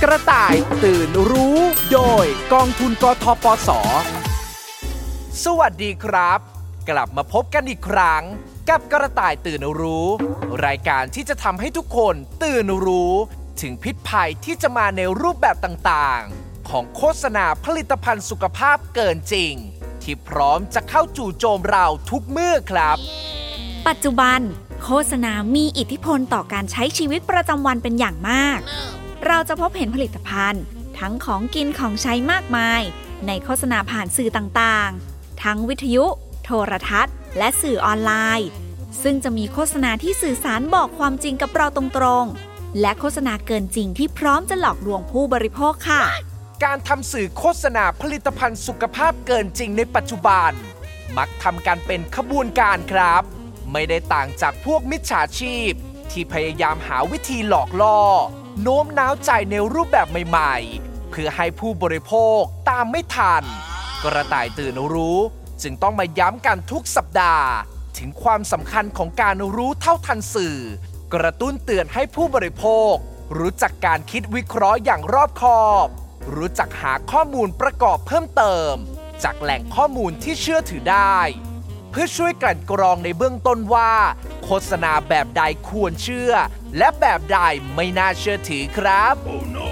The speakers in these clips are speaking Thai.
กระต่ายตื่นรู้โดยกองทุนกทปส.สวัสดีครับกลับมาพบกันอีกครั้งกับกระต่ายตื่นรู้รายการที่จะทำให้ทุกคนตื่นรู้ถึงพิษภัยที่จะมาในรูปแบบต่างๆของโฆษณาผลิตภัณฑ์สุขภาพเกินจริงที่พร้อมจะเข้าจู่โจมเราทุกเมื่อครับปัจจุบันโฆษณามีอิทธิพลต่อการใช้ชีวิตประจำวันเป็นอย่างมากเราจะพบเห็นผลิตภัณฑ์ทั้งของกินของใช้มากมายในโฆษณาผ่านสื่อต่างๆทั้งวิทยุโทรทัศน์และสื่อออนไลน์ซึ่งจะมีโฆษณาที่สื่อสารบอกความจริงกับเราตรงๆและโฆษณาเกินจริงที่พร้อมจะหลอกลวงผู้บริโภคค่ะการทำสื่อโฆษณาผลิตภัณฑ์สุขภาพเกินจริงในปัจจุบันมักทำกันเป็นขบวนการครับไม่ได้ต่างจากพวกมิจฉาชีพที่พยายามหาวิธีหลอกล่อโน้มน้าวใจในรูปแบบใหม่ๆเพื่อให้ผู้บริโภคตามไม่ทันกระต่ายตื่นรู้จึงต้องมาย้ำกันทุกสัปดาห์ถึงความสำคัญของการรู้เท่าทันสื่อกระตุ้นเตือนให้ผู้บริโภครู้จักการคิดวิเคราะห์อย่างรอบคอบรู้จักหาข้อมูลประกอบเพิ่มเติมจากแหล่งข้อมูลที่เชื่อถือได้เพื่อช่วยกลั่นกรองในเบื้องต้นว่าโฆษณาแบบใดควรเชื่อและแบบใดไม่น่าเชื่อถือครับ Oh no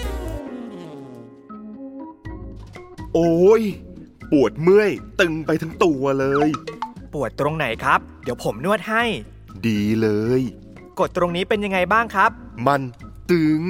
โอ้ยปวดเมื่อยตึงไปทั้งตัวเลยปวดตรงไหนครับเดี๋ยวผมนวดให้ดีเลยกดตรงนี้เป็นยังไงบ้างครับมันตึง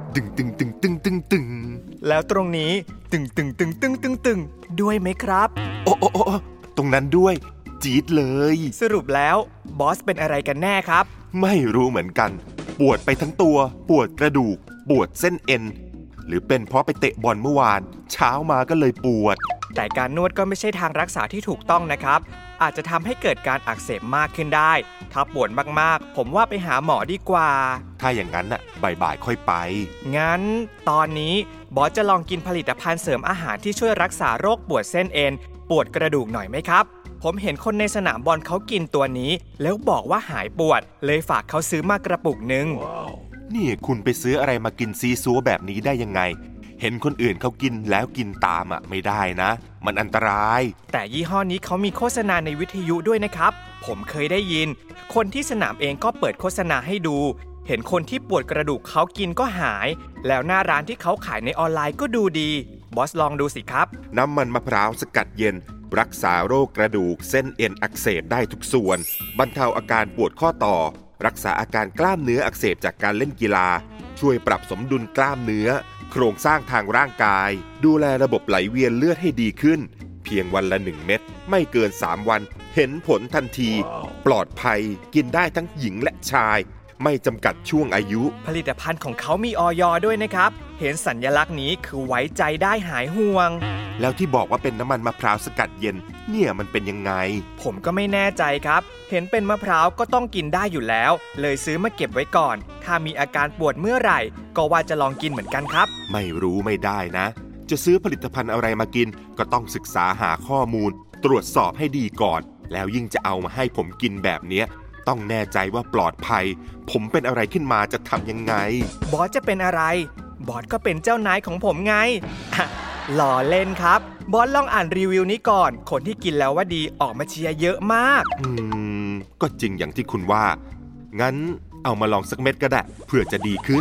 แล้วตรงนี้ตึงด้วยไหมครับโอ้ตรงนั้นด้วยจี๊ดเลยสรุปแล้วบอสเป็นอะไรกันแน่ครับไม่รู้เหมือนกันปวดไปทั้งตัวปวดกระดูกปวดเส้นเอ็นหรือเป็นเพราะไปเตะบอลเมื่อวานเช้ามาก็เลยปวดแต่การนวดก็ไม่ใช่ทางรักษาที่ถูกต้องนะครับอาจจะทำให้เกิดการอักเสบมากขึ้นได้ถ้าปวดมากๆผมว่าไปหาหมอดีกว่าถ้าอย่างนั้นน่ะบ่ายค่อยไปงั้นตอนนี้บอสจะลองกินผลิตภัณฑ์เสริมอาหารที่ช่วยรักษาโรคปวดเส้นเอ็นปวดกระดูกหน่อยไหมครับผมเห็นคนในสนามบอลเขากินตัวนี้แล้วบอกว่าหายปวดเลยฝากเขาซื้อมากระปุกนึง wow. นี่คุณไปซื้ออะไรมากินซีซัวแบบนี้ได้ยังไงเห็นคนอื่นเขากินแล้วกินตามไม่ได้นะมันอันตรายแต่ยี่ห้อนี้เขามีโฆษณาในวิทยุด้วยนะครับผมเคยได้ยินคนที่สนามเองก็เปิดโฆษณาให้ดูเห็นคนที่ปวดกระดูกเขากินก็หายแล้วหน้าร้านที่เขาขายในออนไลน์ก็ดูดีบอสลองดูสิครับน้ำมันมะพร้าวสกัดเย็นรักษาโรคกระดูกเส้นเอ็นอักเสบได้ทุกส่วนบรรเทาอาการปวดข้อต่อรักษาอาการกล้ามเนื้ออักเสบจากการเล่นกีฬาช่วยปรับสมดุลกล้ามเนื้อโครงสร้างทางร่างกายดูแลระบบไหลเวียนเลือดให้ดีขึ้นเพียงวันละ1เม็ดไม่เกิน3วันเห็นผลทันที wow. ปลอดภัยกินได้ทั้งหญิงและชายไม่จำกัดช่วงอายุผลิตภัณฑ์ของเขามีอย.ด้วยนะครับเห็นสัญลักษณ์นี้คือไว้ใจได้หายห่วงแล้วที่บอกว่าเป็นน้ำมันมะพร้าวสกัดเย็นเนี่ยมันเป็นยังไงผมก็ไม่แน่ใจครับเห็นเป็นมะพร้าวก็ต้องกินได้อยู่แล้วเลยซื้อมาเก็บไว้ก่อนถ้ามีอาการปวดเมื่อไหร่ก็ว่าจะลองกินเหมือนกันครับไม่รู้ไม่ได้นะจะซื้อผลิตภัณฑ์อะไรมากินก็ต้องศึกษาหาข้อมูลตรวจสอบให้ดีก่อนแล้วยิ่งจะเอามาให้ผมกินแบบเนี้ยต้องแน่ใจว่าปลอดภัยผมเป็นอะไรขึ้นมาจะทำยังไงบอสจะเป็นอะไรบอสก็เป็นเจ้านายของผมไงล้อเล่นครับบอสลองอ่านรีวิวนี้ก่อนคนที่กินแล้วว่าดีออกมาเชียร์เยอะมากก็จริงอย่างที่คุณว่างั้นเอามาลองสักเม็ดก็ได้เพื่อจะดีขึ้น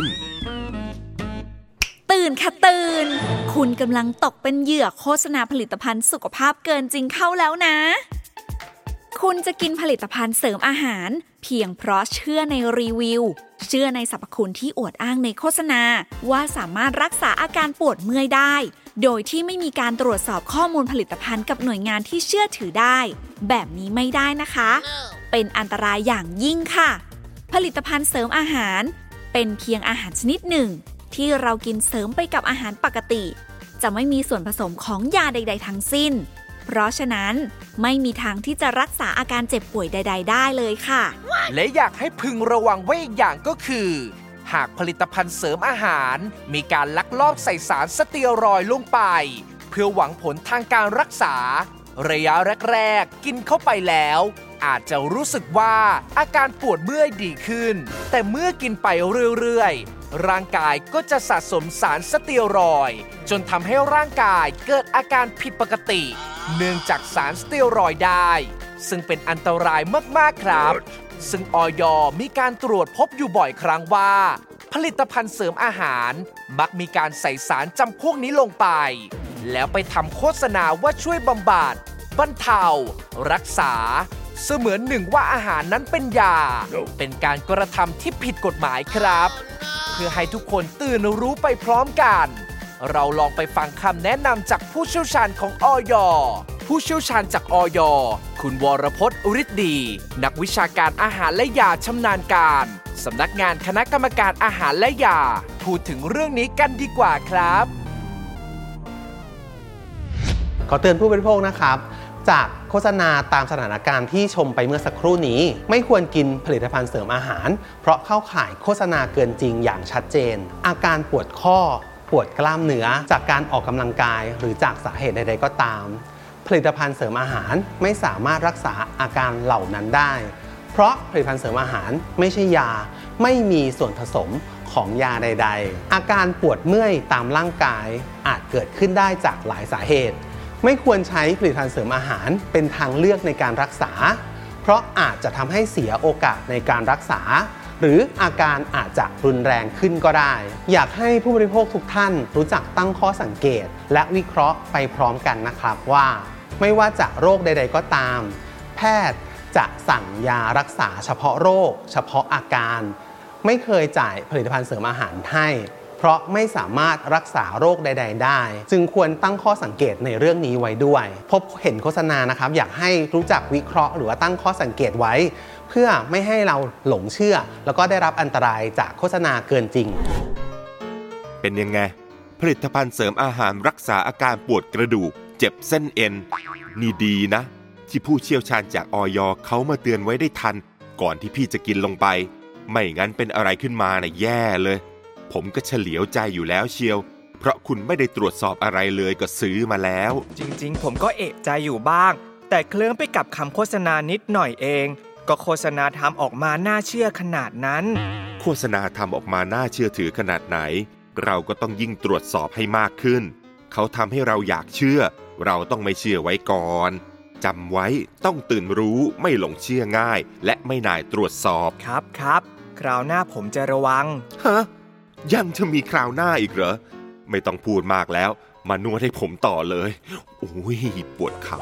ตื่นค่ะตื่นคุณกำลังตกเป็นเหยื่อโฆษณาผลิตภัณฑ์สุขภาพเกินจริงเข้าแล้วนะคุณจะกินผลิตภัณฑ์เสริมอาหารเพียงเพราะเชื่อในรีวิวเชื่อในสรรพคุณที่อวดอ้างในโฆษณาว่าสามารถรักษาอาการปวดเมื่อยได้โดยที่ไม่มีการตรวจสอบข้อมูลผลิตภัณฑ์กับหน่วยงานที่เชื่อถือได้แบบนี้ไม่ได้นะคะเป็นอันตรายอย่างยิ่งค่ะผลิตภัณฑ์เสริมอาหารเป็นเพียงอาหารชนิดหนึ่งที่เรากินเสริมไปกับอาหารปกติจะไม่มีส่วนผสมของยาใดๆทั้งสิ้นเพราะฉะนั้นไม่มีทางที่จะรักษาอาการเจ็บป่วยใดๆได้เลยค่ะและอยากให้พึงระวังไว้อีกอย่างก็คือหากผลิตภัณฑ์เสริมอาหารมีการลักลอบใส่สารสเตียรอยด์ลงไปเพื่อหวังผลทางการรักษาระยะแรกๆกินเข้าไปแล้วอาจจะรู้สึกว่าอาการปวดเมื่อยดีขึ้นแต่เมื่อกินไปเรื่อยๆร่างกายก็จะสะสมสารสเตียรอยด์จนทำให้ร่างกายเกิดอาการผิดปกติเนื่องจากสารสเตียรอยด์ได้ซึ่งเป็นอันตรายมากๆครับซึ่งอย.มีการตรวจพบอยู่บ่อยครั้งว่าผลิตภัณฑ์เสริมอาหารมักมีการใส่สารจำพวกนี้ลงไปแล้วไปทำโฆษณาว่าช่วยบำบัดบรรเทารักษาเสมือนหนึ่งว่าอาหารนั้นเป็นยาเป็นการกระทำที่ผิดกฎหมายครับเพื่อให้ทุกคนตื่นรู้ไปพร้อมกันเราลองไปฟังคำแนะนำจากผู้เชี่ยวชาญของอย.ผู้เชี่ยวชาญจากอย.คุณวรพจน์ฤทธิ์ดีนักวิชาการอาหารและยาชำนาญการสำนักงานคณะกรรมการอาหารและยาพูดถึงเรื่องนี้กันดีกว่าครับขอเตือนผู้บริโภคนะครับจากโฆษณาตามสถานการณ์ที่ชมไปเมื่อสักครู่นี้ไม่ควรกินผลิตภัณฑ์เสริมอาหารเพราะเข้าข่ายโฆษณาเกินจริงอย่างชัดเจนอาการปวดข้อปวดกล้ามเนื้อจากการออกกำลังกายหรือจากสาเหตุใดๆก็ตามผลิตภัณฑ์เสริมอาหารไม่สามารถรักษาอาการเหล่านั้นได้เพราะผลิตภัณฑ์เสริมอาหารไม่ใช่ยาไม่มีส่วนผสมของยาใดๆอาการปวดเมื่อยตามร่างกายอาจเกิดขึ้นได้จากหลายสาเหตุไม่ควรใช้ผลิตภัณฑ์เสริมอาหารเป็นทางเลือกในการรักษาเพราะอาจจะทำให้เสียโอกาสในการรักษาหรืออาการอาจจะรุนแรงขึ้นก็ได้อยากให้ผู้บริโภคทุกท่านรู้จักตั้งข้อสังเกตและวิเคราะห์ไปพร้อมกันนะครับว่าไม่ว่าจะโรคใดๆก็ตามแพทย์จะสั่งยารักษาเฉพาะโรคเฉพาะอาการไม่เคยจ่ายผลิตภัณฑ์เสริมอาหารให้เพราะไม่สามารถรักษาโรคใดๆได้จึงควรตั้งข้อสังเกตในเรื่องนี้ไว้ด้วยพบเห็นโฆษณานะครับอยากให้รู้จักวิเคราะห์หรือว่าตั้งข้อสังเกตไว้เพื่อไม่ให้เราหลงเชื่อแล้วก็ได้รับอันตรายจากโฆษณาเกินจริงเป็นยังไงผลิตภัณฑ์เสริมอาหารรักษาอาการปวดกระดูกเจ็บเส้นเอ็นนี่ดีนะที่ผู้เชี่ยวชาญจากอย.เขามาเตือนไว้ได้ทันก่อนที่พี่จะกินลงไปไม่งั้นเป็นอะไรขึ้นมาน่ะแย่เลยผมก็เฉลียวใจอยู่แล้วเชียวเพราะคุณไม่ได้ตรวจสอบอะไรเลยก็ซื้อมาแล้วจริงๆผมก็เอะใจอยู่บ้างแต่เคลิ้มไปกับคำโฆษณานิดหน่อยเองก็โฆษณาทำออกมาน่าเชื่อขนาดนั้นโฆษณาทำออกมาน่าเชื่อถือขนาดไหนเราก็ต้องยิ่งตรวจสอบให้มากขึ้นเขาทำให้เราอยากเชื่อเราต้องไม่เชื่อไว้ก่อนจำไว้ต้องตื่นรู้ไม่หลงเชื่อง่ายและไม่น่ายตรวจสอบครับคราวหน้าผมจะระวังฮะยังจะมีคราวหน้าอีกเหรอไม่ต้องพูดมากแล้วมานวดให้ผมต่อเลยโอ้ยปวดขา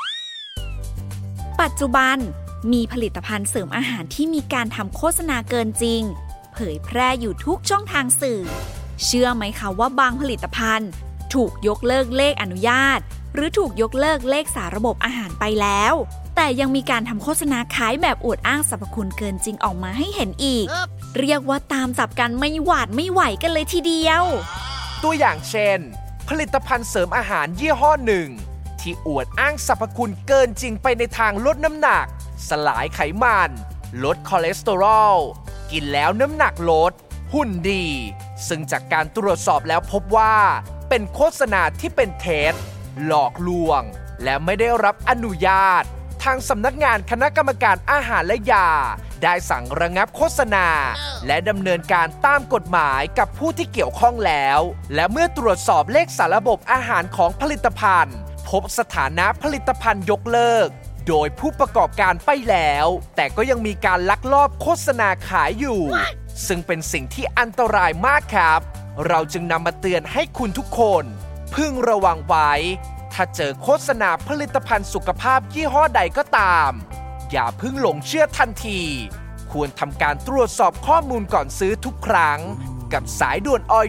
ปัจจุบันมีผลิตภัณฑ์เสริมอาหารที่มีการทำโฆษณาเกินจริงเผยแพร่อยู่ทุกช่องทางสื่อเชื่อไหมคะว่าบางผลิตภัณฑ์ถูกยกเลิกเลขอนุญาตหรือถูกยกเลิกเลขสาระบบอาหารไปแล้วแต่ยังมีการทำโฆษณาขายแบบอวดอ้างสรรพคุณเกินจริงออกมาให้เห็นอีกเรียกว่าตามจับกันไม่หวาดไม่ไหวกันเลยทีเดียวตัวอย่างเช่นผลิตภัณฑ์เสริมอาหารยี่ห้อหนึ่งที่อวดอ้างสรรพคุณเกินจริงไปในทางลดน้ำหนักสลายไขมันลดคอเลสเตอรอลกินแล้วน้ำหนักลดหุ่นดีซึ่งจากการตรวจสอบแล้วพบว่าเป็นโฆษณาที่เป็นเท็จหลอกลวงและไม่ได้รับอนุญาตทางสำนักงานคณะกรรมการอาหารและยาได้สั่งระงับโฆษณาและดำเนินการตามกฎหมายกับผู้ที่เกี่ยวข้องแล้วและเมื่อตรวจสอบเลขสารระบบอาหารของผลิตภัณฑ์พบสถานะผลิตภัณฑ์ยกเลิกโดยผู้ประกอบการไปแล้วแต่ก็ยังมีการลักลอบโฆษณาขายอยู่ซึ่งเป็นสิ่งที่อันตรายมากครับเราจึงนำมาเตือนให้คุณทุกคนพึงระวังไว้ถ้าเจอโฆษณาผลิตภัณฑ์สุขภาพยี่ห้อใดก็ตามอย่าเพิ่งหลงเชื่อทันทีควรทำการตรวจสอบข้อมูลก่อนซื้อทุกครั้งกับสายด่วนอย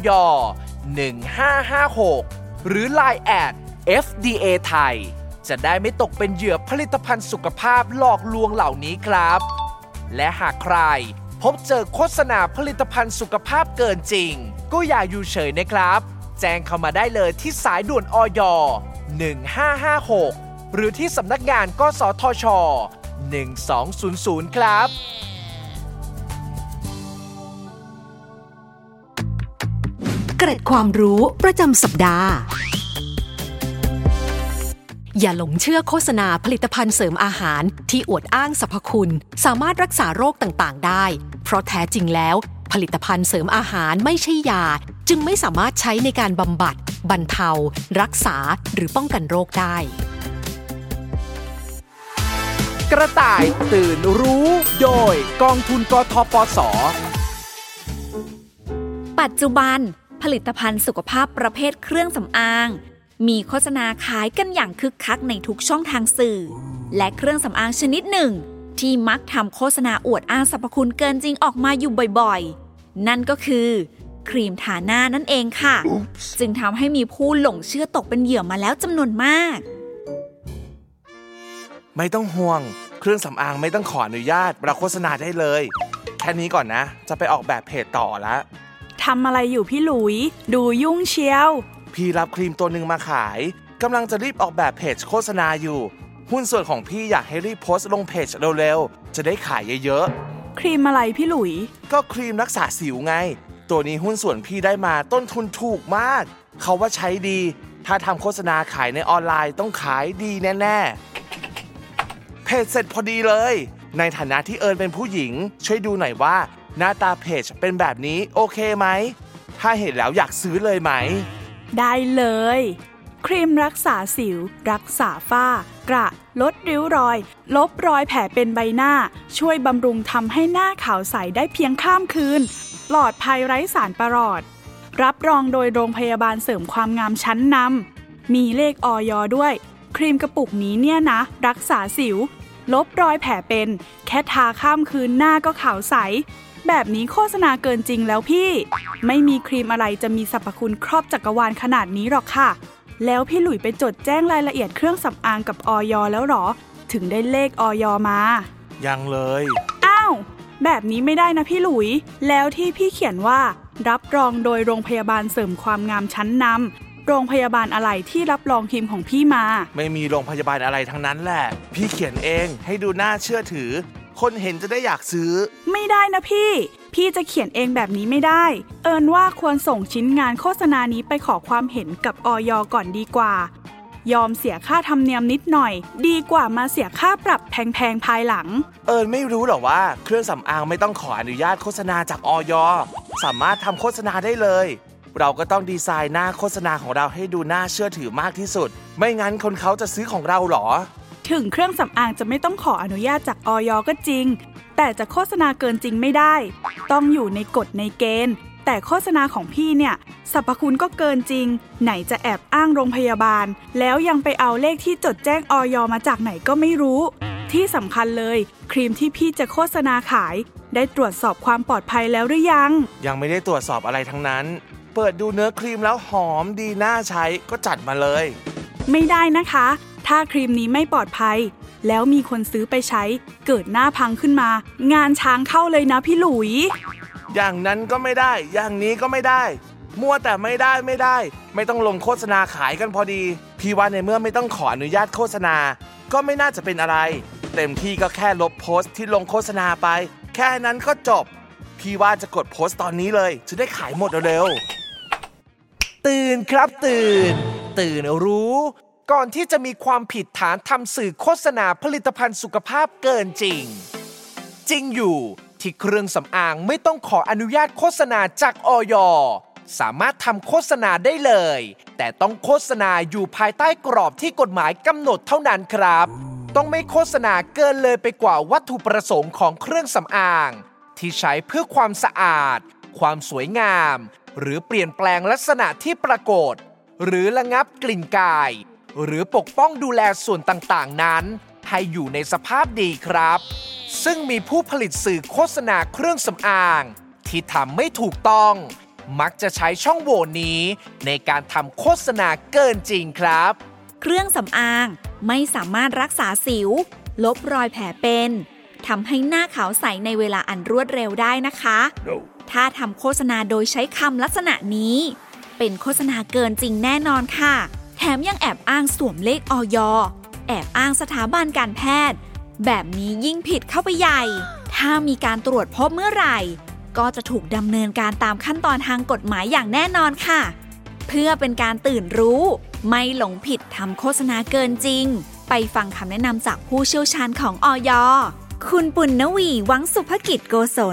1556หรือ LINE@ FDA ไทยจะได้ไม่ตกเป็นเหยื่อผลิตภัณฑ์สุขภาพหลอกลวงเหล่านี้ครับและหากใครพบเจอโฆษณาผลิตภัณฑ์สุขภาพเกินจริงก็อย่าอยู่เฉยนะครับแจ้งเข้ามาได้เลยที่สายด่วนอย 1556หรือที่สำนักงานกสทช 1200ครับเกร็ดความรู้ประจำสัปดาห์อย่าหลงเชื่อโฆษณาผลิตภัณฑ์เสริมอาหารที่อวดอ้างสรรพคุณสามารถรักษาโรคต่างๆได้เพราะแท้จริงแล้วผลิตภัณฑ์เสริมอาหารไม่ใช่ยาจึงไม่สามารถใช้ในการบำบัดบรรเทารักษาหรือป้องกันโรคได้กระต่ายตื่นรู้โดยกองทุนกทปส. ปัจจุบันผลิตภัณฑ์สุขภาพประเภทเครื่องสำอางมีโฆษณาขายกันอย่างคึกคักในทุกช่องทางสื่อและเครื่องสำอางชนิดหนึ่งที่มักทำโฆษณาอวดอ้างสรรพคุณเกินจริงออกมาอยู่บ่อยๆนั่นก็คือครีมทาหน้านั่นเองค่ะ จึงทำให้มีผู้หลงเชื่อตกเป็นเหยื่อมาแล้วจำนวนมากไม่ต้องห่วงเครื่องสำอางไม่ต้องขออนุญาตเราโฆษณาได้เลยแค่นี้ก่อนนะจะไปออกแบบเพจต่อแล้วทำอะไรอยู่พี่หลุยดูยุ่งเชียวพี่รับครีมตัวหนึ่งมาขายกำลังจะรีบออกแบบเพจโฆษณาอยู่หุ้นส่วนของพี่อยากให้รีบโพสต์ลงเพจเร็วๆจะได้ขายเยอะๆครีมอะไรพี่หลุยก็ครีมรักษาสิวไงตัวนี้หุ้นส่วนพี่ได้มาต้นทุนถูกมากเขาว่าใช้ดีถ้าทำโฆษณาขายในออนไลน์ต้องขายดีแน่ๆเพจเสร็จพอดีเลยในฐานะที่เอิญเป็นผู้หญิงช่วยดูหน่อยว่าหน้าตาเพจเป็นแบบนี้โอเคไหมถ้าเห็นแล้วอยากซื้อเลยไหมได้เลยครีมรักษาสิวรักษาฝ้ากระลดริ้วรอยลบรอยแผลเป็นใบหน้าช่วยบำรุงทำให้หน้าขาวใสได้เพียงข้ามคืนปลอดภัยไร้สารประหลอดรับรองโดยโรงพยาบาลเสริมความงามชั้นนำมีเลขอย.ด้วยครีมกระปุกนี้เนี่ยนะรักษาสิวลบรอยแผลเป็นแค่ทาข้ามคืนหน้าก็ขาวใสแบบนี้โฆษณาเกินจริงแล้วพี่ไม่มีครีมอะไรจะมีสรรพคุณครอบจักรวาลขนาดนี้หรอกค่ะแล้วพี่หลุยไปจดแจ้งรายละเอียดเครื่องสำอางกับอย.แล้วหรอถึงได้เลขอย.มายังเลยอ้าวแบบนี้ไม่ได้นะพี่หลุยแล้วที่พี่เขียนว่ารับรองโดยโรงพยาบาลเสริมความงามชั้นนำโรงพยาบาลอะไรที่รับรองครีมของพี่มาไม่มีโรงพยาบาลอะไรทั้งนั้นแหละพี่เขียนเองให้ดูน่าเชื่อถือคนเห็นจะได้อยากซื้อไม่ได้นะพี่จะเขียนเองแบบนี้ไม่ได้เอิญว่าควรส่งชิ้นงานโฆษณานี้ไปขอความเห็นกับอย.ก่อนดีกว่ายอมเสียค่าธรรมเนียมนิดหน่อยดีกว่ามาเสียค่าปรับแพงๆภายหลังเอิญไม่รู้หรอว่าเครื่องสำอางไม่ต้องขออนุญาตโฆษณาจากอย.สามารถทำโฆษณาได้เลยเราก็ต้องดีไซน์หน้าโฆษณาของเราให้ดูน่าเชื่อถือมากที่สุดไม่งั้นคนเขาจะซื้อของเราหรอถึงเครื่องสำอางจะไม่ต้องขออนุญาตจากอย.ก็จริงแต่จะโฆษณาเกินจริงไม่ได้ต้องอยู่ในกฎในเกณฑ์แต่โฆษณาของพี่เนี่ยสรรพคุณก็เกินจริงไหนจะแอบอ้างโรงพยาบาลแล้วยังไปเอาเลขที่จดแจ้งอย.มาจากไหนก็ไม่รู้ที่สำคัญเลยครีมที่พี่จะโฆษณาขายได้ตรวจสอบความปลอดภัยแล้วหรือยังไม่ได้ตรวจสอบอะไรทั้งนั้นเปิดดูเนื้อครีมแล้วหอมดีน่าใช้ก็จัดมาเลยไม่ได้นะคะถ้าครีมนี้ไม่ปลอดภัยแล้วมีคนซื้อไปใช้เกิดหน้าพังขึ้นมางานช้างเข้าเลยนะพี่หลุยอย่างนั้นก็ไม่ได้อย่างนี้ก็ไม่ได้มัวแต่ไม่ได้ไม่ต้องลงโฆษณาขายกันพอดีพี่ว่าในเมื่อไม่ต้องขออนุญาตโฆษณาก็ไม่น่าจะเป็นอะไรเต็มที่ก็แค่ลบโพสต์ที่ลงโฆษณาไปแค่นั้นก็จบพี่ว่าจะกดโพสต์ตอนนี้เลยจะได้ขายหมดเร็วๆตื่นครับตื่นรู้ก่อนที่จะมีความผิดฐานทำสื่อโฆษณาผลิตภัณฑ์สุขภาพเกินจริงอยู่ที่เครื่องสำอางไม่ต้องขออนุญาตโฆษณาจากอย.สามารถทำโฆษณาได้เลยแต่ต้องโฆษณาอยู่ภายใต้กรอบที่กฎหมายกำหนดเท่านั้นครับต้องไม่โฆษณาเกินเลยไปกว่าวัตถุประสงค์ของเครื่องสำอางที่ใช้เพื่อความสะอาดความสวยงามหรือเปลี่ยนแปลงลักษณะที่ปรากฏหรือระงับกลิ่นกายหรือปกป้องดูแลส่วนต่างๆนั้นให้อยู่ในสภาพดีครับซึ่งมีผู้ผลิตสื่อโฆษณาเครื่องสำอางที่ทำไม่ถูกต้องมักจะใช้ช่องโหว่นี้ในการทำโฆษณาเกินจริงครับเครื่องสำอางไม่สามารถรักษาสิวลบรอยแผลเป็นทำให้หน้าขาวใสในเวลาอันรวดเร็วได้นะคะ ถ้าทำโฆษณาโดยใช้คำลักษณะนี้เป็นโฆษณาเกินจริงแน่นอนค่ะแถมยังแอบอ้างสวมเลขอย.แอบอ้างสถาบันการแพทย์แบบนี้ยิ่งผิดเข้าไปใหญ่ถ้ามีการตรวจพบเมื่อไหร่ก็จะถูกดำเนินการตามขั้นตอนทางกฎหมายอย่างแน่นอนค่ะเพื่อเป็นการตื่นรู้ไม่หลงผิดทำโฆษณาเกินจริงไปฟังคำแนะนำจากผู้เชี่ยวชาญของอย.คุณปุณณวีวังสุภกิจโกศล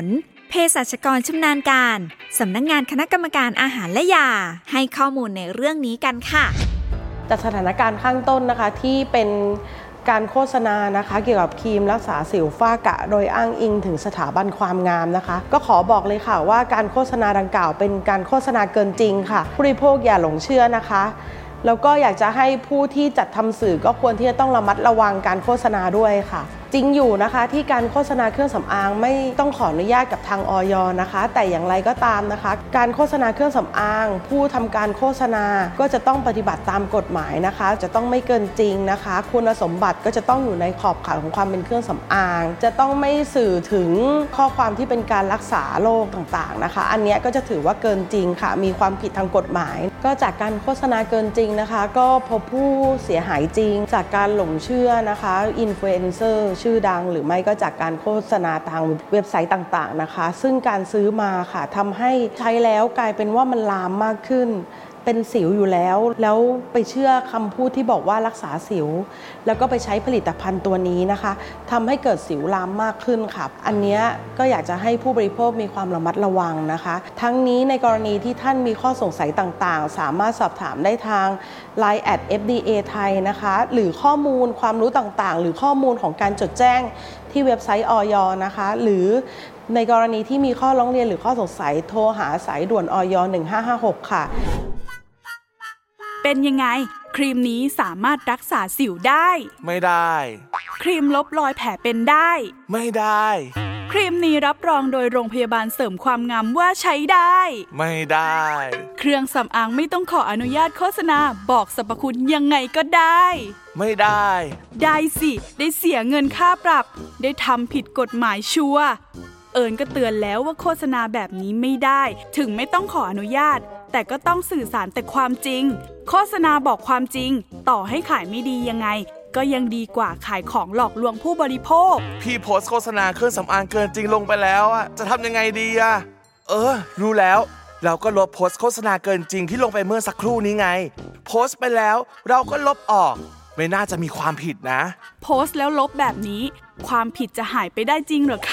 เภสัชกรชำนาญการสำนักงานคณะกรรมการอาหารและยาให้ข้อมูลในเรื่องนี้กันค่ะจากสถานการณ์ข้างต้นนะคะที่เป็นการโฆษณานะคะเกี่ยวกับครีมรักษาสิวฝ้ากระโดยอ้างอิงถึงสถาบันความงามนะคะก็ขอบอกเลยค่ะว่าการโฆษณาดังกล่าวเป็นการโฆษณาเกินจริงค่ะผู้บริโภคอย่าหลงเชื่อนะคะแล้วก็อยากจะให้ผู้ที่จัดทำสื่อก็ควรที่จะต้องระมัดระวังการโฆษณาด้วยค่ะจริงอยู่นะคะที่การโฆษณาเครื่องสำอางไม่ต้องขออนุญาตกับทางอย.นะคะแต่อย่างไรก็ตามนะคะการโฆษณาเครื่องสำอางผู้ทำการโฆษณาก็จะต้องปฏิบัติตามกฎหมายนะคะจะต้องไม่เกินจริงนะคะคุณสมบัติก็จะต้องอยู่ในขอบข่ายของความเป็นเครื่องสำอางจะต้องไม่สื่อถึงข้อความที่เป็นการรักษาโรคต่างๆนะคะอันนี้ก็จะถือว่าเกินจริงค่ะมีความผิดทางกฎหมายก็จากการโฆษณาเกินจริงนะคะก็พบผู้เสียหายจริงจากการหลงเชื่อนะคะอินฟลูเอนเซอร์ชื่อดังหรือไม่ก็จากการโฆษณาทางเว็บไซต์ต่างๆนะคะซึ่งการซื้อมาค่ะทำให้ใช้แล้วกลายเป็นว่ามันลามมากขึ้นเป็นสิวอยู่แล้วไปเชื่อคำพูดที่บอกว่ารักษาสิวแล้วก็ไปใช้ผลิตภัณฑ์ตัวนี้นะคะทำให้เกิดสิวลามมากขึ้นค่ะอันนี้ก็อยากจะให้ผู้บริโภคมีความระมัดระวังนะคะทั้งนี้ในกรณีที่ท่านมีข้อสงสัยต่างๆสามารถสอบถามได้ทาง Line @FDA ไทยนะคะหรือข้อมูลความรู้ต่างๆหรือข้อมูลของการจดแจ้งที่เว็บไซต์อย.นะคะหรือในกรณีที่มีข้อร้องเรียนหรือข้อสงสัยโทรหาสายด่วนอย 1556ค่ะเป็นยังไงครีมนี้สามารถรักษาสิวได้ไม่ได้ครีมลบรอยแผลเป็นได้ไม่ได้ครีมนี้รับรองโดยโรงพยาบาลเสริมความงามว่าใช้ได้ไม่ได้เครื่องสำอางไม่ต้องขออนุญาตโฆษณาบอกสรรพคุณยังไงก็ได้ไม่ได้ได้สิได้เสียเงินค่าปรับได้ทำผิดกฎหมายชัวร์เอิญก็เตือนแล้วว่าโฆษณาแบบนี้ไม่ได้ถึงไม่ต้องขออนุญาตแต่ก็ต้องสื่อสารแต่ความจริงโฆษณาบอกความจริงต่อให้ขายไม่ดียังไงก็ยังดีกว่าขายของหลอกลวงผู้บริโภคพี่โพสต์โฆษณาเครื่องสำอางเกินจริงลงไปแล้วจะทำยังไงดีรู้แล้วเราก็ลบโพสต์โฆษณาเกินจริงที่ลงไปเมื่อสักครู่นี้ไงโพสต์ไปแล้วเราก็ลบออกไม่น่าจะมีความผิดนะโพสต์แล้วลบแบบนี้ความผิดจะหายไปได้จริงเหรอคะ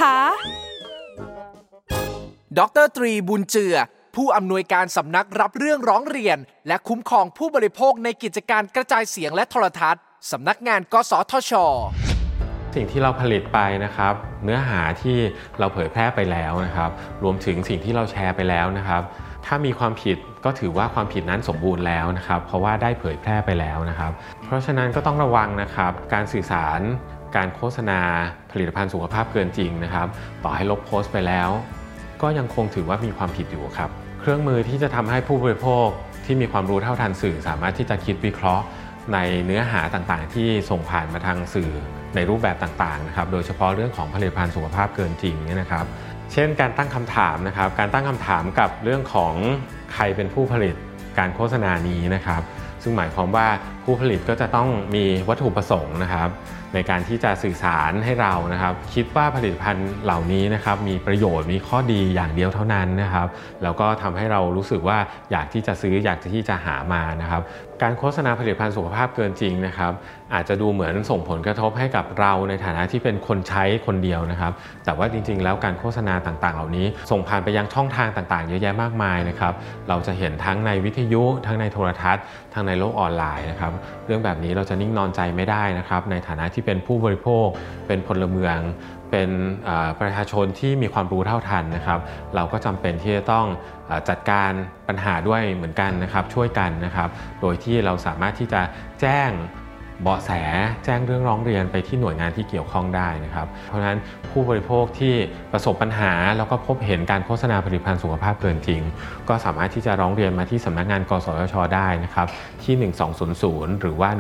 ดร.ตรีบุญเจือผู้อำนวยการสำนักรับเรื่องร้องเรียนและคุ้มครองผู้บริโภคในกิจการกระจายเสียงและโทรทัศน์สำนักงานกสทช. สิ่งที่เราผลิตไปนะครับเนื้อหาที่เราเผยแพร่ไปแล้วนะครับรวมถึงสิ่งที่เราแชร์ไปแล้วนะครับถ้ามีความผิดก็ถือว่าความผิดนั้นสมบูรณ์แล้วนะครับเพราะว่าได้เผยแพร่ไปแล้วนะครับเพราะฉะนั้นก็ต้องระวังนะครับการสื่อสารการโฆษณาผลิตภัณฑ์สุขภาพเกินจริงนะครับต่อให้ลบโพสต์ไปแล้วก็ยังคงถือว่ามีความผิดอยู่ครับเครื่องมือที่จะทำให้ผู้บริโภคที่มีความรู้เท่าทันสื่อสามารถที่จะคิดวิเคราะห์ในเนื้อหาต่างๆที่ส่งผ่านมาทางสื่อในรูปแบบต่างๆนะครับโดยเฉพาะเรื่องของผลิตภัณฑ์สุขภาพเกินจริงเนี่ยนะครับเช่นการตั้งคำถามนะครับการตั้งคำถามกับเรื่องของใครเป็นผู้ผลิตการโฆษณานี้นะครับซึ่งหมายความว่าผู้ผลิตก็จะต้องมีวัตถุประสงค์นะครับในการที่จะสื่อสารให้เรานะครับคิดว่าผลิตภัณฑ์เหล่านี้นะครับมีประโยชน์มีข้อดีอย่างเดียวเท่านั้นนะครับแล้วก็ทำให้เรารู้สึกว่าอยากที่จะซื้ออยากที่จะหามานะครับการโฆษณาผลิตภัณฑ์สุขภาพเกินจริงนะครับอาจจะดูเหมือนส่งผลกระทบให้กับเราในฐานะที่เป็นคนใช้คนเดียวนะครับแต่ว่าจริงๆแล้วการโฆษณาต่างๆเหล่านี้ส่งผ่านไปยังช่องทางต่างๆเยอะแยะมากมายนะครับเราจะเห็นทั้งในวิทยุทั้งในโทรทัศน์ทั้งในโลกออนไลน์นะครับเรื่องแบบนี้เราจะนิ่งนอนใจไม่ได้นะครับในฐานะที่เป็นผู้บริโภคเป็นพลเมืองเป็นประชาชนที่มีความรู้เท่าทันนะครับเราก็จำเป็นที่จะต้องจัดการปัญหาด้วยเหมือนกันนะครับช่วยกันนะครับโดยที่เราสามารถที่จะแจ้งเบาะแสแจ้งเรื่องร้องเรียนไปที่หน่วยงานที่เกี่ยวข้องได้นะครับเพราะฉะนั้นผู้บริโภคที่ประสบปัญหาแล้วก็พบเห็นการโฆษณาผลิตภัณฑ์สุขภาพเกินจริงก็สามารถที่จะร้องเรียนมาที่สำนักงานกสทช.ได้นะครับที่1200หรือว่า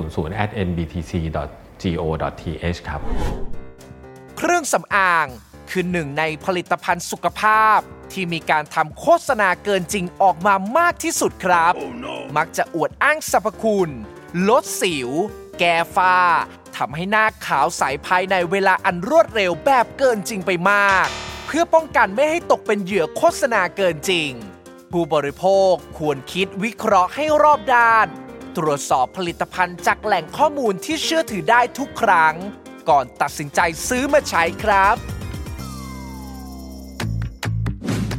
1200@nbtc.go.th ครับเครื่องสำอางคือหนึ่งในผลิตภัณฑ์สุขภาพที่มีการทำโฆษณาเกินจริงออกมามากที่สุดครับ มักจะอวดอ้างสรรพคุณลดสิวแก้ฝ้าทำให้หน้าขาวใสภายในเวลาอันรวดเร็วแบบเกินจริงไปมากเพื่อป้องกันไม่ให้ตกเป็นเหยื่อโฆษณาเกินจริงผู้บริโภคควรคิดวิเคราะห์ให้รอบด้านตรวจสอบผลิตภัณฑ์จากแหล่งข้อมูลที่เชื่อถือได้ทุกครั้งก่อนตัดสินใจซื้อมาใช้ครับ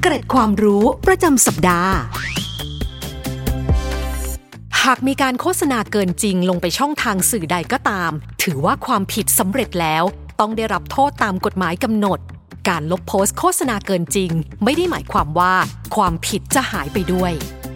เกร็ดความรู้ประจำสัปดาห์หากมีการโฆษณาเกินจริงลงไปช่องทางสื่อใดก็ตามถือว่าความผิดสำเร็จแล้วต้องได้รับโทษตามกฎหมายกำหนดการลบโพสต์โฆษณาเกินจริงไม่ได้หมายความว่าความผิดจะหายไปด้วย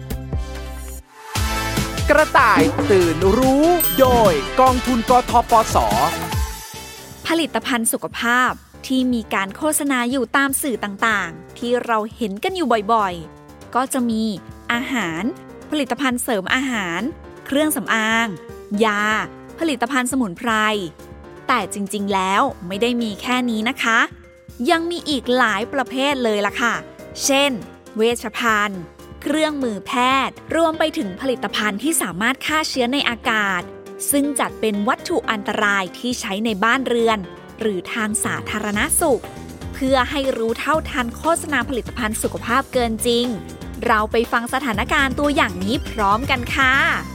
กระต่ายตื่นรู้โดยกองทุนกทปส. ผลิตภัณฑ์สุขภาพที่มีการโฆษณาอยู่ตามสื่อต่างๆที่เราเห็นกันอยู่บ่อยๆก็จะมีอาหารผลิตภัณฑ์เสริมอาหารเครื่องสำอางยาผลิตภัณฑ์สมุนไพรแต่จริงๆแล้วไม่ได้มีแค่นี้นะคะยังมีอีกหลายประเภทเลยล่ะค่ะเช่นเวชภัณฑ์เครื่องมือแพทย์รวมไปถึงผลิตภัณฑ์ที่สามารถฆ่าเชื้อในอากาศซึ่งจัดเป็นวัตถุอันตรายที่ใช้ในบ้านเรือนหรือทางสาธารณสุขเพื่อให้รู้เท่าทันโฆษณาผลิตภัณฑ์สุขภาพเกินจริงเราไปฟังสถานการณ์ตัวอย่างนี้พร้อมกันค่ะ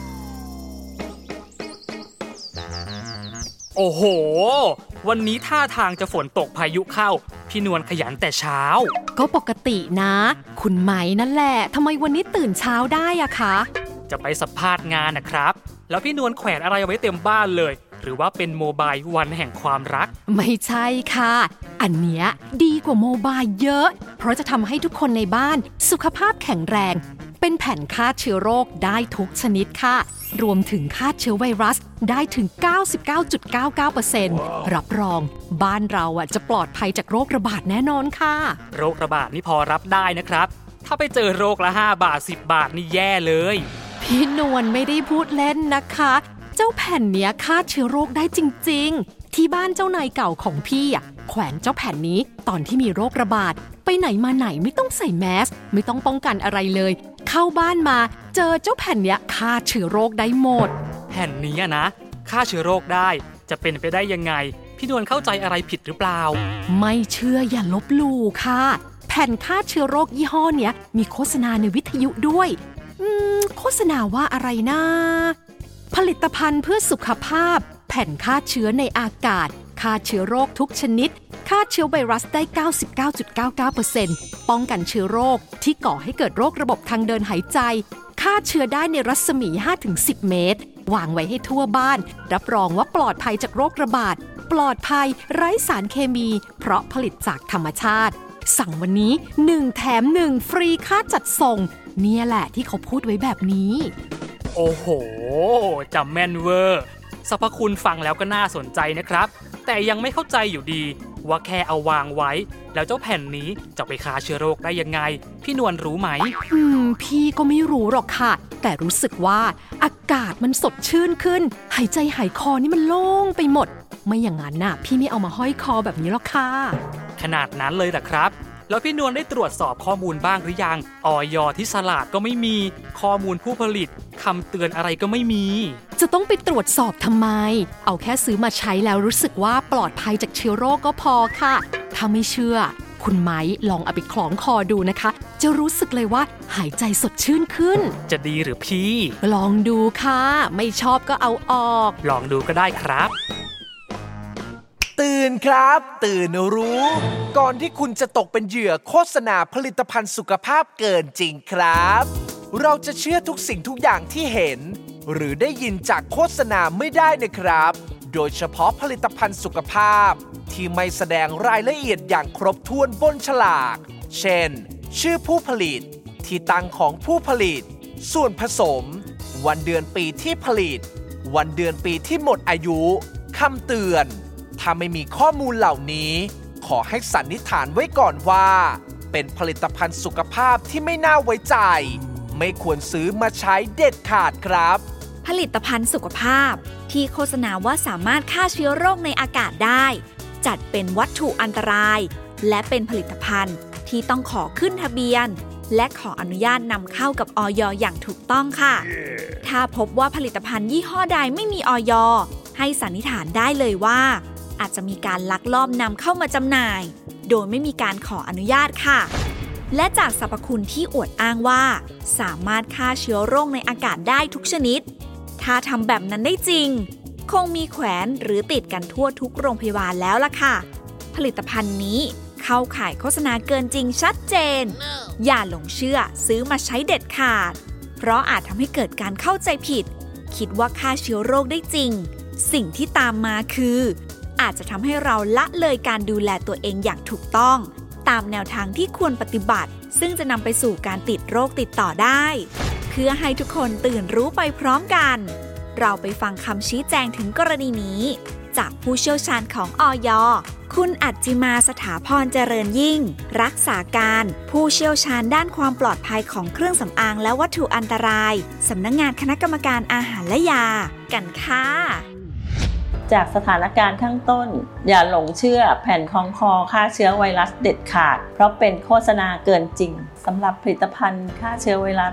โอ้โหวันนี้ท่าทางจะฝนตกพายุเข้าพี่นวลขยันแต่เช้าก็ปกตินะคุณไหมนั่นแหละทำไมวันนี้ตื่นเช้าได้อะคะจะไปสัมภาษณ์งานนะครับแล้วพี่นวลแขวนอะไรไว้เต็มบ้านเลยหรือว่าเป็นโมบายวันแห่งความรักไม่ใช่ค่ะอันเนี้ยดีกว่าโมบายเยอะเพราะจะทำให้ทุกคนในบ้านสุขภาพแข็งแรงเป็นแผ่นฆ่าเชื้อโรคได้ทุกชนิดค่ะรวมถึงฆ่าเชื้อไวรัสได้ถึง 99.99% รับรองบ้านเราจะปลอดภัยจากโรคระบาดแน่นอนค่ะโรคระบาดนี่พอรับได้นะครับถ้าไปเจอโรคละ5 บาท10 บาทนี่แย่เลยพี่นวลไม่ได้พูดเล่นนะคะเจ้าแผ่นเนี้ยฆ่าเชื้อโรคได้จริงๆที่บ้านเจ้านายเก่าของพี่แขวนเจ้าแผ่นนี้ตอนที่มีโรคระบาดไปไหนมาไหนไม่ต้องใส่แมสไม่ต้องป้องกันอะไรเลยเข้าบ้านมาเจอเจ้าแผ่นเนี้ยฆ่าเชื้อโรคได้หมดแผ่นนี้นะฆ่าเชื้อโรคได้จะเป็นไปได้ยังไงพี่นวลเข้าใจอะไรผิดหรือเปล่าไม่เชื่ออย่าลบหลู่ค่ะแผ่นฆ่าเชื้อโรคยี่ห้อเนี้ยมีโฆษณาในวิทยุด้วยโฆษณาว่าอะไรนะผลิตภัณฑ์เพื่อสุขภาพแผ่นฆ่าเชื้อในอากาศฆ่าเชื้อโรคทุกชนิดฆ่าเชื้อไวรัสได้ 99.99% ป้องกันเชื้อโรคที่ก่อให้เกิดโรคระบบทางเดินหายใจฆ่าเชื้อได้ในรัศมี 5-10 เมตรวางไว้ให้ทั่วบ้านรับรองว่าปลอดภัยจากโรคระบาดปลอดภัยไร้สารเคมีเพราะผลิตจากธรรมชาติสั่งวันนี้1แถม1ฟรีค่าจัดส่งเนี่ยแหละที่เขาพูดไว้แบบนี้โอ้โหจำแม่นเวอร์สรรพคุณฟังแล้วก็น่าสนใจนะครับแต่ยังไม่เข้าใจอยู่ดีว่าแค่เอาวางไว้แล้วเจ้าแผ่นนี้จะไปฆ่าเชื้อโรคได้ยังไงพี่นวลรู้ไหมพี่ก็ไม่รู้หรอกค่ะแต่รู้สึกว่าอากาศมันสดชื่นขึ้นหายใจหายคอนี่มันโล่งไปหมดไม่อย่างนั้นน่ะพี่ไม่เอามาห้อยคอแบบนี้หรอกค่ะขนาดนั้นเลยเหรอครับแล้วพี่นวลได้ตรวจสอบข้อมูลบ้างหรือยังอย.ที่ฉลากก็ไม่มีข้อมูลผู้ผลิตคำเตือนอะไรก็ไม่มีจะต้องไปตรวจสอบทำไมเอาแค่ซื้อมาใช้แล้วรู้สึกว่าปลอดภัยจากเชื้อโรคก็พอค่ะถ้าไม่เชื่อคุณไม้ลองเอาไปคล้องคอดูนะคะจะรู้สึกเลยว่าหายใจสดชื่นขึ้นจะดีหรือพี่ลองดูค่ะไม่ชอบก็เอาออกลองดูก็ได้ครับตื่นครับตื่นรู้ก่อนที่คุณจะตกเป็นเหยื่อโฆษณาผลิตภัณฑ์สุขภาพเกินจริงครับเราจะเชื่อทุกสิ่งทุกอย่างที่เห็นหรือได้ยินจากโฆษณาไม่ได้นะครับโดยเฉพาะผลิตภัณฑ์สุขภาพที่ไม่แสดงรายละเอียดอย่างครบถ้วนบนฉลากเช่นชื่อผู้ผลิตที่ตั้งของผู้ผลิตส่วนผสมวันเดือนปีที่ผลิตวันเดือนปีที่หมดอายุคำเตือนถ้าไม่มีข้อมูลเหล่านี้ขอให้สันนิษฐานไว้ก่อนว่าเป็นผลิตภัณฑ์สุขภาพที่ไม่น่าไว้ใจไม่ควรซื้อมาใช้เด็ดขาดครับผลิตภัณฑ์สุขภาพที่โฆษณาว่าสามารถฆ่าเชื้อโรคในอากาศได้จัดเป็นวัตถุอันตรายและเป็นผลิตภัณฑ์ที่ต้องขอขึ้นทะเบียนและขออนุญาตนำเข้ากับอย.อย่างถูกต้องค่ะ ถ้าพบว่าผลิตภัณฑ์ยี่ห้อใดไม่มีอย.ให้สันนิษฐานได้เลยว่าอาจจะมีการลักลอบนำเข้ามาจำหน่ายโดยไม่มีการขออนุญาตค่ะและจากสรรพคุณที่อวดอ้างว่าสามารถฆ่าเชื้อโรคในอากาศได้ทุกชนิดถ้าทำแบบนั้นได้จริงคงมีแขวนหรือติดกันทั่วทุกโรงพยาบาลแล้วล่ะค่ะผลิตภัณฑ์นี้เข้าข่ายโฆษณาเกินจริงชัดเจน อย่าหลงเชื่อซื้อมาใช้เด็ดขาดเพราะอาจทำให้เกิดการเข้าใจผิดคิดว่าฆ่าเชื้อโรคได้จริงสิ่งที่ตามมาคืออาจจะทำให้เราละเลยการดูแลตัวเองอย่างถูกต้องตามแนวทางที่ควรปฏิบัติซึ่งจะนำไปสู่การติดโรคติดต่อได้เพื่อให้ทุกคนตื่นรู้ไปพร้อมกันเราไปฟังคำชี้แจงถึงกรณีนี้จากผู้เชี่ยวชาญของอย.คุณอัจจิมาสถาพรเจริญยิ่งรักษาการผู้เชี่ยวชาญด้านความปลอดภัยของเครื่องสำอางและวัตถุอันตรายสำนักงานคณะกรรมการอาหารและยากันค่ะจากสถานการณ์ข้างต้นอย่าหลงเชื่อแผ่นคล้องคอฆ่าเชื้อไวรัสเด็ดขาดเพราะเป็นโฆษณาเกินจริงสำหรับผลิตภัณฑ์ฆ่าเชื้อไวรัส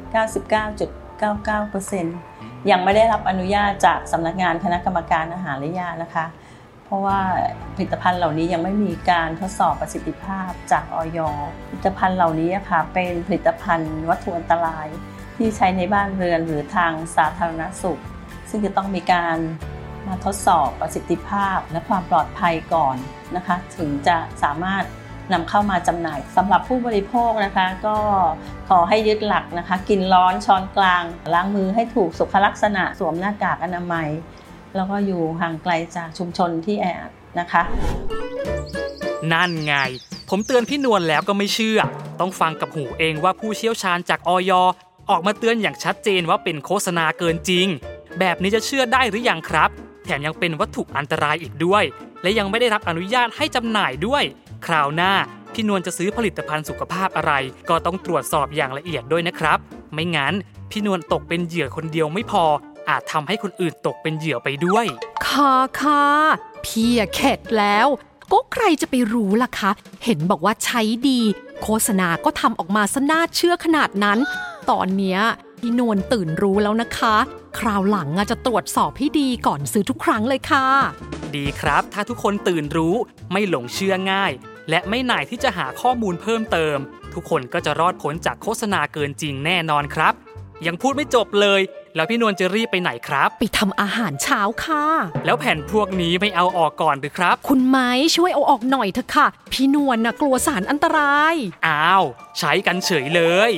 99.99% ยังไม่ได้รับอนุญาตจากสำนักงานคณะกรรมการอาหารและยานะคะเพราะว่าผลิตภัณฑ์เหล่านี้ยังไม่มีการทดสอบประสิทธิภาพจากอย.ผลิตภัณฑ์เหล่านี้ค่ะเป็นผลิตภัณฑ์วัตถุอันตรายที่ใช้ในบ้านเรือนหรือทางสาธารณสุขซึ่งจะต้องมีการมาทดสอบประสิทธิภาพและความปลอดภัยก่อนนะคะถึงจะสามารถนำเข้ามาจำหน่ายสำหรับผู้บริโภคนะคะก็ขอให้ยึดหลักนะคะกินร้อนช้อนกลางล้างมือให้ถูกสุขลักษณะสวมหน้ากากอนามัยแล้วก็อยู่ห่างไกลจากชุมชนที่แออัดนะคะนั่นไงผมเตือนพี่นวลแล้วก็ไม่เชื่อต้องฟังกับหูเองว่าผู้เชี่ยวชาญจากอย.ออกมาเตือนอย่างชัดเจนว่าเป็นโฆษณาเกินจริงแบบนี้จะเชื่อได้หรือยังครับแถมยังเป็นวัตถุอันตรายอีกด้วยและยังไม่ได้รับอนุญาตให้จำหน่ายด้วยคราวหน้าพี่นวลจะซื้อผลิตภัณฑ์สุขภาพอะไรก็ต้องตรวจสอบอย่างละเอียดด้วยนะครับไม่งั้นพี่นวลตกเป็นเหยื่อคนเดียวไม่พออาจทำให้คนอื่นตกเป็นเหยื่อไปด้วยค่ะพี่เข็ดแล้วก็ใครจะไปรู้ล่ะคะเห็นบอกว่าใช้ดีโฆษณาก็ทำออกมาซะน่าเชื่อขนาดนั้นตอนเนี้ยพี่นวลตื่นรู้แล้วนะคะคราวหลังจะตรวจสอบให้ดีก่อนซื้อทุกครั้งเลยค่ะดีครับถ้าทุกคนตื่นรู้ไม่หลงเชื่อง่ายและไม่หน่ายที่จะหาข้อมูลเพิ่มเติมทุกคนก็จะรอดพ้นจากโฆษณาเกินจริงแน่นอนครับยังพูดไม่จบเลยแล้วพี่นวลจะรีบไปไหนครับไปทำอาหารเช้าค่ะแล้วแผ่นพวกนี้ไม่เอาออกก่อนหรือครับคุณไม้ช่วยเอาออกหน่อยเถอะค่ะพี่นวลกลัวสารอันตรายอ้าวใช้กันเฉยเลย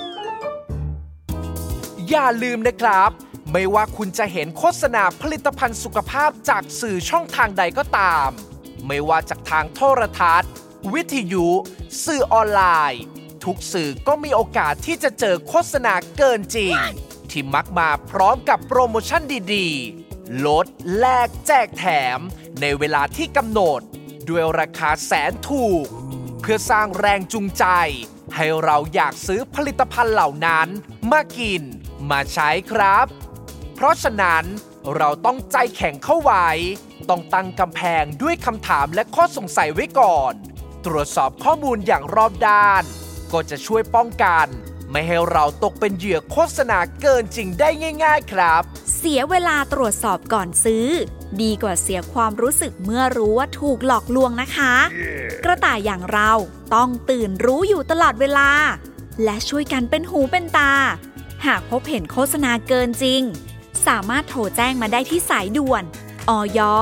อย่าลืมนะครับไม่ว่าคุณจะเห็นโฆษณาผลิตภัณฑ์สุขภาพจากสื่อช่องทางใดก็ตามไม่ว่าจากทางโทรทัศน์วิทยุสื่อออนไลน์ทุกสื่อก็มีโอกาสที่จะเจอโฆษณาเกินจริงที่มักมาพร้อมกับโปรโมชั่นดีๆลดแลกแจกแถมในเวลาที่กำหนดด้วยราคาแสนถูกเพื่อสร้างแรงจูงใจให้เราอยากซื้อผลิตภัณฑ์เหล่านั้นมากินมาใช้ครับเพราะฉะนั้นเราต้องใจแข็งเข้าไว้ต้องตั้งกำแพงด้วยคำถามและข้อสงสัยไว้ก่อนตรวจสอบข้อมูลอย่างรอบด้านก็จะช่วยป้องกันไม่ให้เราตกเป็นเหยื่อโฆษณาเกินจริงได้ง่ายๆครับเสียเวลาตรวจสอบก่อนซื้อดีกว่าเสียความรู้สึกเมื่อรู้ว่าถูกหลอกลวงนะคะกระต่ายอย่างเราต้องตื่นรู้อยู่ตลอดเวลาและช่วยกันเป็นหูเป็นตาหากพบเห็นโฆษณาเกินจริงสามารถโทรแจ้งมาได้ที่สายด่วนอย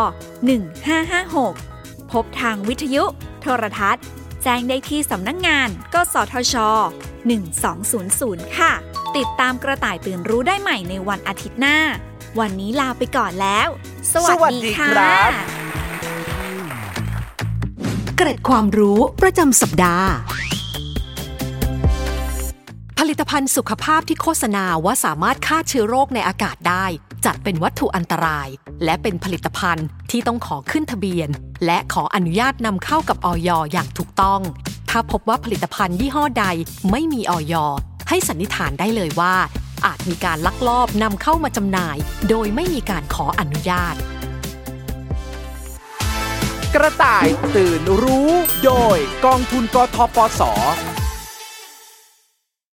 1556พบทางวิทยุโทรทัศน์แจ้งได้ที่สำนักงานกสทช1200ค่ะติดตามกระต่ายตื่นรู้ได้ใหม่ในวันอาทิตย์หน้าวันนี้ลาไปก่อนแล้วสวัสดีค่ะเกร็ดความรู้ประจำสัปดาห์ผลิตภัณฑ์สุขภาพที่โฆษณาว่าสามารถฆ่าเชื้อโรคในอากาศได้จัดเป็นวัตถุอันตรายและเป็นผลิตภัณฑ์ที่ต้องขอขึ้นทะเบียนและขออนุญาตนำเข้ากับอย.อย่างถูกต้องถ้าพบว่าผลิตภัณฑ์ยี่ห้อใดไม่มีอย.ให้สันนิษฐานได้เลยว่าอาจมีการลักลอบนำเข้ามาจำหน่ายโดยไม่มีการขออนุญาตกระต่ายตื่นรู้โดยกองทุนกทปส